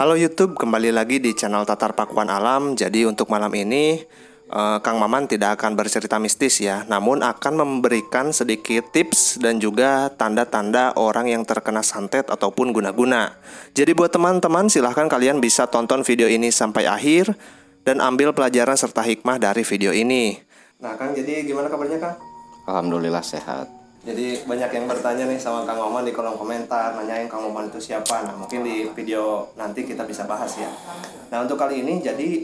Halo YouTube, kembali lagi di channel Tatar Pakuan Alam. Jadi untuk malam ini Kang Maman tidak akan bercerita mistis ya, namun akan memberikan sedikit tips dan juga tanda-tanda orang yang terkena santet ataupun guna-guna. Jadi buat teman-teman silahkan kalian bisa tonton video ini sampai akhir dan ambil pelajaran serta hikmah dari video ini. Nah Kang, jadi gimana kabarnya Kang? Alhamdulillah sehat. Jadi banyak yang bertanya nih sama Kang Maman di kolom komentar, nanyain Kang Maman itu siapa. Nah mungkin di video nanti kita bisa bahas ya. Nah untuk kali ini jadi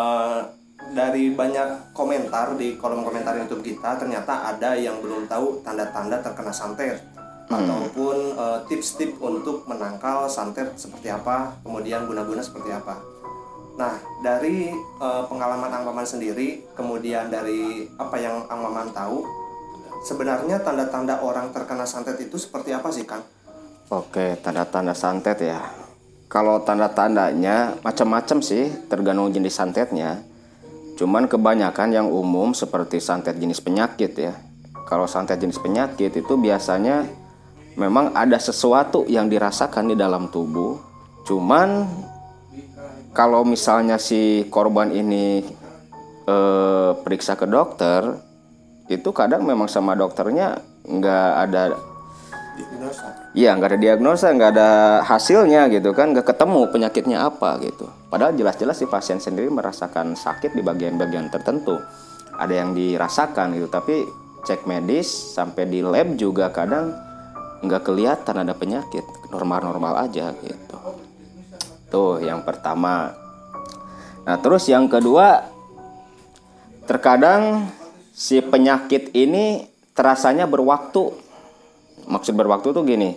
dari banyak komentar di kolom komentar YouTube kita, ternyata ada yang belum tahu tanda-tanda terkena santet ataupun tips-tips untuk menangkal santet seperti apa, kemudian guna-guna seperti apa. Nah dari pengalaman Kang Maman sendiri, kemudian dari apa yang Kang Maman tahu, sebenarnya tanda-tanda orang terkena santet itu seperti apa sih, Kang? Oke, tanda-tanda santet ya. Kalau tanda-tandanya macam-macam sih, tergantung jenis santetnya. Cuman kebanyakan yang umum seperti santet jenis penyakit ya. Kalau santet jenis penyakit itu biasanya memang ada sesuatu yang dirasakan di dalam tubuh. Cuman kalau misalnya si korban ini periksa ke dokter, itu kadang memang sama dokternya nggak ada diagnosa. Iya, nggak ada diagnosa, nggak ada hasilnya gitu kan, nggak ketemu penyakitnya apa gitu. Padahal jelas-jelas si pasien sendiri merasakan sakit di bagian-bagian tertentu. Ada yang dirasakan gitu, tapi cek medis sampai di lab juga kadang nggak kelihatan ada penyakit, normal-normal aja gitu. Tuh yang pertama. Nah terus yang kedua, terkadang si penyakit ini terasanya berwaktu. Maksud berwaktu tuh gini,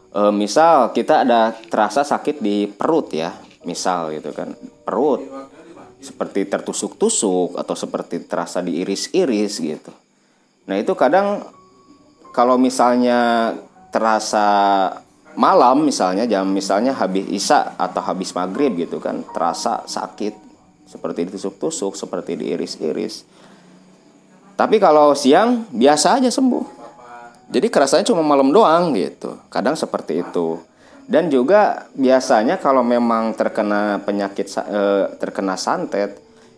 misal kita ada terasa sakit di perut ya, misal gitu kan, perut seperti tertusuk-tusuk atau seperti terasa diiris-iris gitu. Nah itu kadang kalau misalnya terasa malam misalnya, misalnya habis isya atau habis maghrib gitu kan, terasa sakit seperti ditusuk-tusuk, seperti diiris-iris. Tapi kalau siang biasa aja sembuh. Jadi kerasanya cuma malam doang gitu. Kadang seperti itu. Dan juga biasanya kalau memang terkena penyakit terkena santet,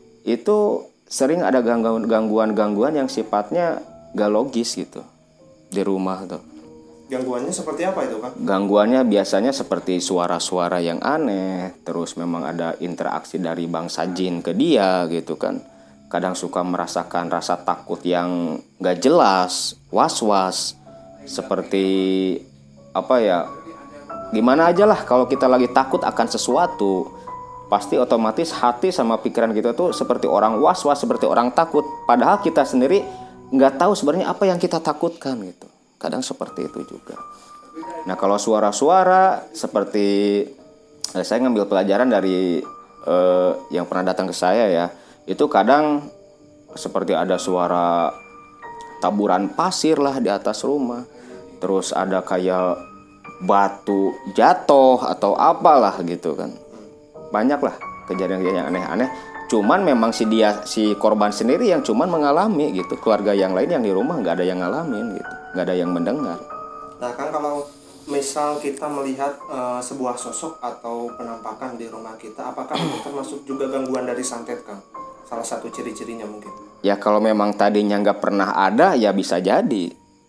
itu sering ada gangguan-gangguan yang sifatnya gak logis gitu di rumah tuh. Gangguannya seperti apa itu, Kang? Gangguannya biasanya seperti suara-suara yang aneh, terus memang ada interaksi dari bangsa jin ke dia gitu kan. Kadang suka merasakan rasa takut yang gak jelas, was-was, seperti apa ya, gimana aja lah kalau kita lagi takut akan sesuatu, pasti otomatis hati sama pikiran kita tuh seperti orang was-was, seperti orang takut, padahal kita sendiri gak tahu sebenarnya apa yang kita takutkan gitu. Kadang seperti itu juga. Nah kalau suara-suara seperti saya ngambil pelajaran dari yang pernah datang ke saya ya, itu kadang seperti ada suara taburan pasir lah di atas rumah, terus ada kayak batu jatuh atau apalah gitu kan. Banyak lah kejadian-kejadian yang aneh-aneh. Cuman memang si korban sendiri yang cuman mengalami gitu, keluarga yang lain yang di rumah nggak ada yang ngalamin gitu, nggak ada yang mendengar. Nah kan kalau misal kita melihat sebuah sosok atau penampakan di rumah kita, apakah itu termasuk juga gangguan dari santet, Kang? Salah satu ciri-cirinya mungkin. Ya kalau memang tadinya nggak pernah ada ya bisa jadi.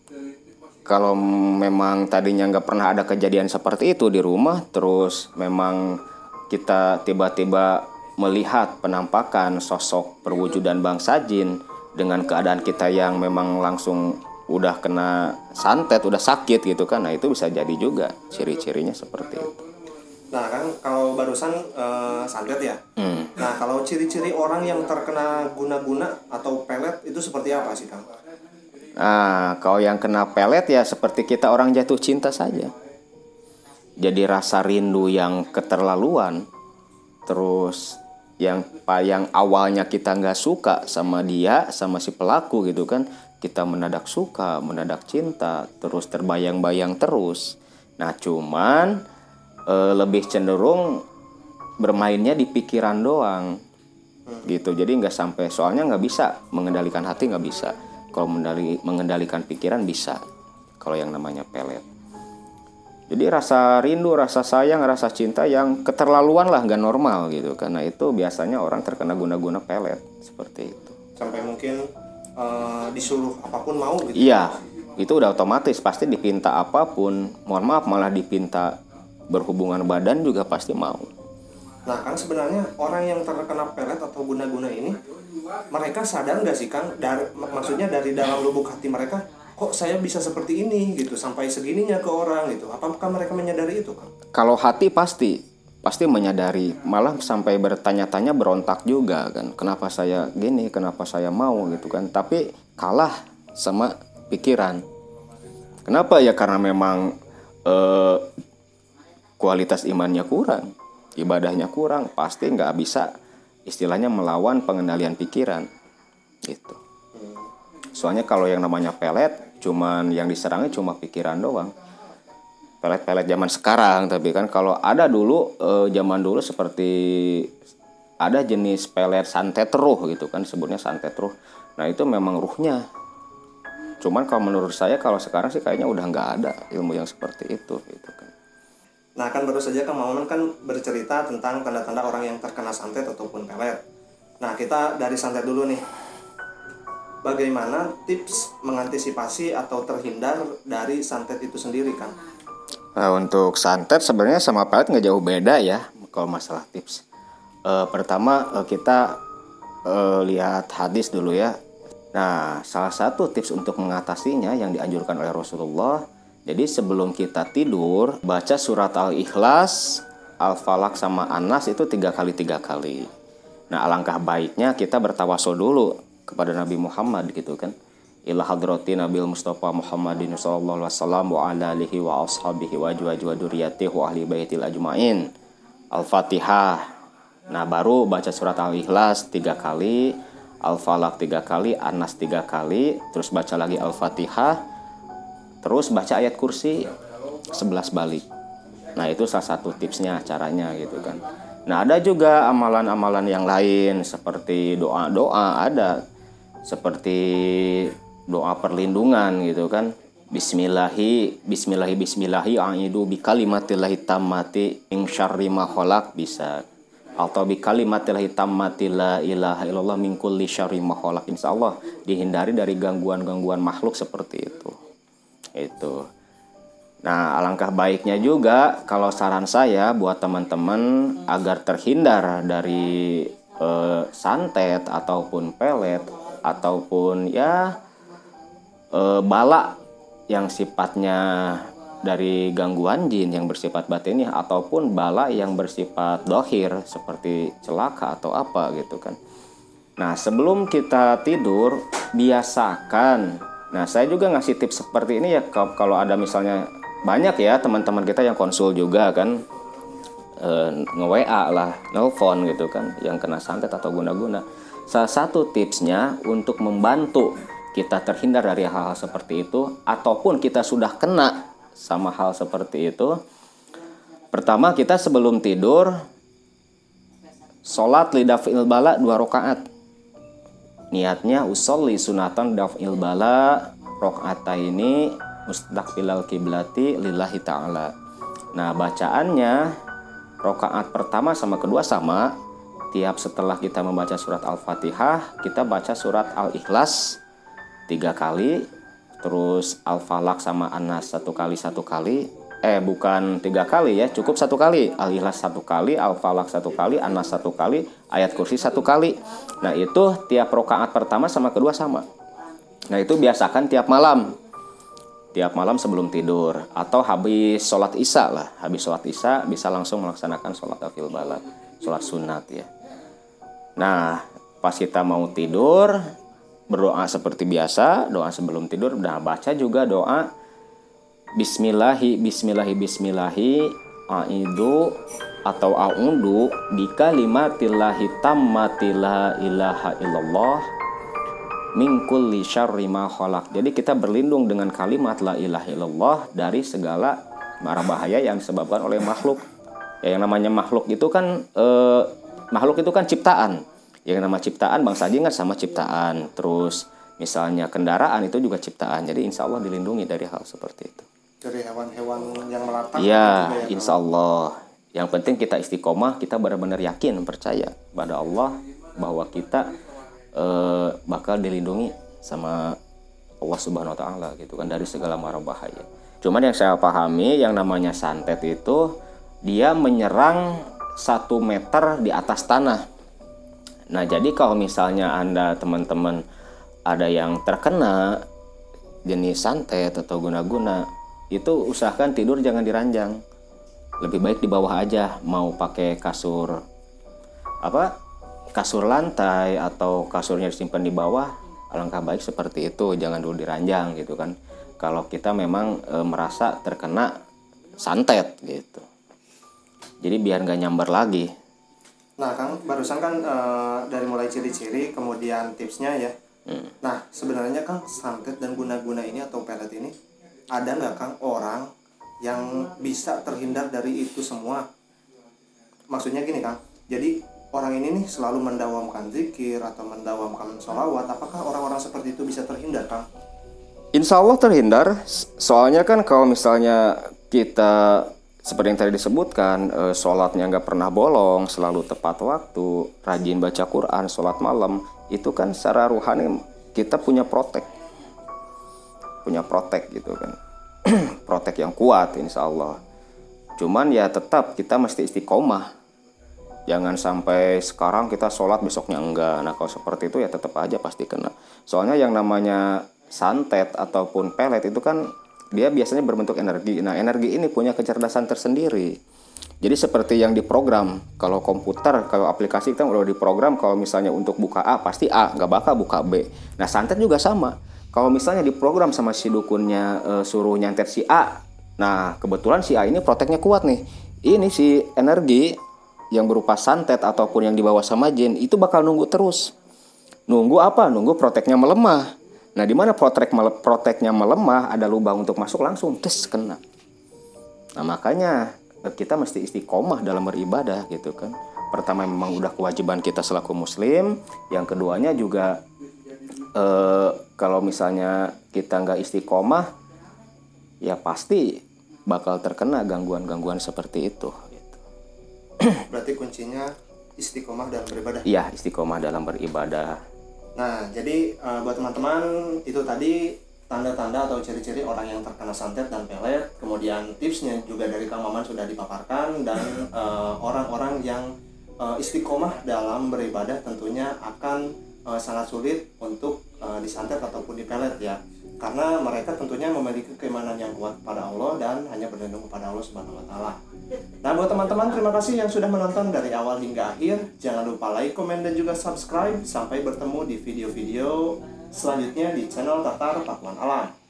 Kalau memang tadinya nggak pernah ada kejadian seperti itu di rumah, terus memang kita tiba-tiba melihat penampakan sosok perwujudan bangsa jin dengan keadaan kita yang memang langsung udah kena santet, udah sakit gitu kan. Nah itu bisa jadi juga ciri-cirinya seperti itu. Nah kan kalau barusan santet ya. Nah kalau ciri-ciri orang yang terkena guna-guna atau pelet itu seperti apa sih, Kang? Nah kalau yang kena pelet ya seperti kita orang jatuh cinta saja. Jadi rasa rindu yang keterlaluan. Terus yang awalnya kita nggak suka sama dia, sama si pelaku gitu kan, kita mendadak suka, mendadak cinta, terus terbayang-bayang terus. Nah cuman lebih cenderung bermainnya di pikiran doang gitu. Jadi nggak sampai, soalnya nggak bisa mengendalikan hati, nggak bisa. Kalau mengendalikan pikiran bisa kalau yang namanya pelet. Jadi rasa rindu, rasa sayang, rasa cinta yang keterlaluan lah, nggak normal gitu. Karena itu biasanya orang terkena guna-guna pelet seperti itu. Sampai mungkin disuruh apapun mau gitu. Iya, itu udah otomatis pasti dipinta apapun. Mohon maaf, malah dipinta berhubungan badan juga pasti mau. Nah kan sebenarnya orang yang terkena pelet atau guna-guna ini, mereka sadar nggak sih Kang? Maksudnya dari dalam lubuk hati mereka, kok saya bisa seperti ini gitu, sampai segininya ke orang gitu. Apakah mereka menyadari itu Kang? Kalau hati pasti menyadari, malah sampai bertanya-tanya, berontak juga kan. Kenapa saya gini, kenapa saya mau gitu kan. Tapi kalah sama pikiran. Kenapa ya? Karena memang kualitas imannya kurang, ibadahnya kurang, pasti nggak bisa istilahnya melawan pengendalian pikiran gitu. Soalnya kalau yang namanya pelet, cuman yang diserangnya cuma pikiran doang. Pelet-pelet zaman sekarang, tapi kan kalau ada dulu zaman dulu seperti ada jenis pelet santet ruh gitu kan, sebutnya santet ruh. Nah itu memang ruhnya. Cuman kalau menurut saya kalau sekarang sih kayaknya udah nggak ada ilmu yang seperti itu gitu kan. Nah kan baru saja Kang Maman kan bercerita tentang tanda-tanda orang yang terkena santet ataupun pelet. Nah kita dari santet dulu nih. Bagaimana tips mengantisipasi atau terhindar dari santet itu sendiri Kang? Nah, untuk santet sebenarnya sama pelet nggak jauh beda ya kalau masalah tips. Pertama kita lihat hadis dulu ya. Nah salah satu tips untuk mengatasinya yang dianjurkan oleh Rasulullah. Jadi sebelum kita tidur baca surat Al-Ikhlas, Al-Falaq sama An-Nas itu 3 kali. Nah alangkah baiknya kita bertawasul dulu kepada Nabi Muhammad gitu kan. Ila hadrati Nabil Mustafa Muhammadin sallallahu alaihi wasallam wa ala alihi wa ashabihi wa duriyatihi wa ahli baitil ajmain. Al-Fatihah. Nah, baru baca surat Al-Ikhlas 3 kali, Al-Falaq 3 kali, An-Nas 3 kali, terus baca lagi Al-Fatihah. Terus baca ayat kursi 11 balik. Nah, itu salah satu tipsnya, caranya gitu kan. Nah, ada juga amalan-amalan yang lain seperti doa-doa ada. Seperti doa perlindungan gitu kan. Bismillahi a'idzu bikalimatillahi tammati min syarri ma khalaq bisa. Atau bikalimatillahi tammati la ilaha illallah min kulli syarri ma khalaq. Insyaallah dihindari dari gangguan-gangguan makhluk seperti itu. Itu. Nah, alangkah baiknya juga kalau saran saya buat teman-teman agar terhindar dari santet ataupun pelet ataupun ya bala yang sifatnya dari gangguan jin yang bersifat batiniah ataupun bala yang bersifat dohir seperti celaka atau apa gitu kan. Nah sebelum kita tidur biasakan. Nah saya juga ngasih tips seperti ini ya kalau ada misalnya banyak ya teman-teman kita yang konsul juga kan nge-WA lah, nelfon gitu kan yang kena santet atau guna-guna. Salah satu tipsnya untuk membantu kita terhindar dari hal-hal seperti itu ataupun kita sudah kena sama hal seperti itu. Pertama kita sebelum tidur sholat lidaf'il bala 2 rakaat. Niatnya usolli sunatan daf'il bala rakaataini mustaqbilal kiblati lillahi ta'ala. Nah bacaannya rakaat pertama sama kedua sama. Tiap setelah kita membaca surat Al-Fatihah, kita baca surat Al-Ikhlas 3 kali, terus Al-Falaq sama An-Nas 1 kali. Bukan 3 kali ya, cukup 1 kali. Al-Ikhlas 1 kali, Al-Falaq 1 kali, An-Nas 1 kali, ayat kursi 1 kali. Nah itu tiap rakaat pertama sama kedua sama. Nah itu biasakan tiap malam. Tiap malam sebelum tidur atau habis sholat isya lah. Habis sholat isya bisa langsung melaksanakan sholat al-fil balad, sholat sunat ya. Nah, pas kita mau tidur, berdoa seperti biasa, doa sebelum tidur. Nah, baca juga doa Bismillahi a'idzu atau a'udzu bikalimatillahi tammati la ilaha illallah min kulli syarri ma khalaq. Jadi kita berlindung dengan kalimat la ilaha illallah dari segala mara bahaya yang disebabkan oleh makhluk. Ya, yang namanya makhluk itu kan ciptaan. Yang nama ciptaan bangsa jin kan sama ciptaan. Terus misalnya kendaraan itu juga ciptaan. Jadi insya Allah dilindungi dari hal seperti itu. dari hewan-hewan yang melata. Iya, gitu ya, insya Allah. Yang penting kita istiqomah, kita benar-benar yakin, percaya pada Allah bahwa kita bakal dilindungi sama Allah Subhanahu Wa Taala gitu kan dari segala mara bahaya. Cuman yang saya pahami yang namanya santet itu dia menyerang 1 meter di atas tanah. Nah jadi kalau misalnya Anda teman-teman ada yang terkena jenis santet atau guna-guna, itu usahakan tidur jangan diranjang. Lebih baik di bawah aja, mau pakai kasur lantai atau kasurnya disimpan di bawah, alangkah baik seperti itu, jangan dulu diranjang gitu kan. Kalau kita memang merasa terkena santet gitu. Jadi biar nggak nyamber lagi. Nah Kang, barusan kan dari mulai ciri-ciri kemudian tipsnya ya. Nah sebenarnya Kang, santet dan guna-guna ini atau pelet ini ada nggak Kang orang yang bisa terhindar dari itu semua? Maksudnya gini Kang, jadi orang ini nih selalu mendawamkan zikir atau mendawamkan sholawat, apakah orang-orang seperti itu bisa terhindar Kang? Insya Allah terhindar. Soalnya kan kalau misalnya kita seperti yang tadi disebutkan, sholatnya nggak pernah bolong, selalu tepat waktu, rajin baca Quran, sholat malam, itu kan secara ruhani kita punya protek gitu kan. Protek yang kuat insya Allah. Cuman ya tetap kita mesti istiqomah. Jangan sampai sekarang kita sholat besoknya enggak. Nah kalau seperti itu ya tetap aja pasti kena. Soalnya yang namanya santet ataupun pelet itu kan dia biasanya berbentuk energi. Nah energi ini punya kecerdasan tersendiri. Jadi seperti yang diprogram. Kalau komputer, kalau aplikasi kita udah diprogram, kalau misalnya untuk buka A pasti A, nggak bakal buka B. Nah santet juga sama. Kalau misalnya diprogram sama si dukunnya suruh nyantet si A, nah kebetulan si A ini proteknya kuat nih. Ini si energi yang berupa santet ataupun yang dibawa sama jin itu bakal nunggu terus. Nunggu apa? Nunggu proteknya melemah. Nah di mana proteknya melemah, ada lubang untuk masuk langsung tes kena. Nah makanya kita mesti istiqomah dalam beribadah gitu kan. Pertama memang udah kewajiban kita selaku muslim. Yang keduanya juga kalau misalnya kita nggak istiqomah, ya pasti bakal terkena gangguan-gangguan seperti itu. Gitu. Berarti kuncinya istiqomah dalam beribadah. Iya, istiqomah dalam beribadah. Nah, jadi buat teman-teman itu tadi tanda-tanda atau ciri-ciri orang yang terkena santet dan pelet. Kemudian tipsnya juga dari Kang Maman sudah dipaparkan, dan orang-orang yang istiqomah dalam beribadah tentunya akan sangat sulit untuk disantet ataupun dipelet ya, karena mereka tentunya memiliki keimanan yang kuat pada Allah dan hanya berlindung kepada Allah Subhanahu Wa Taala. Nah buat teman-teman, terima kasih yang sudah menonton dari awal hingga akhir. Jangan lupa like, komen, dan juga subscribe. Sampai bertemu di video-video selanjutnya di channel Tatar Pakuan Alam.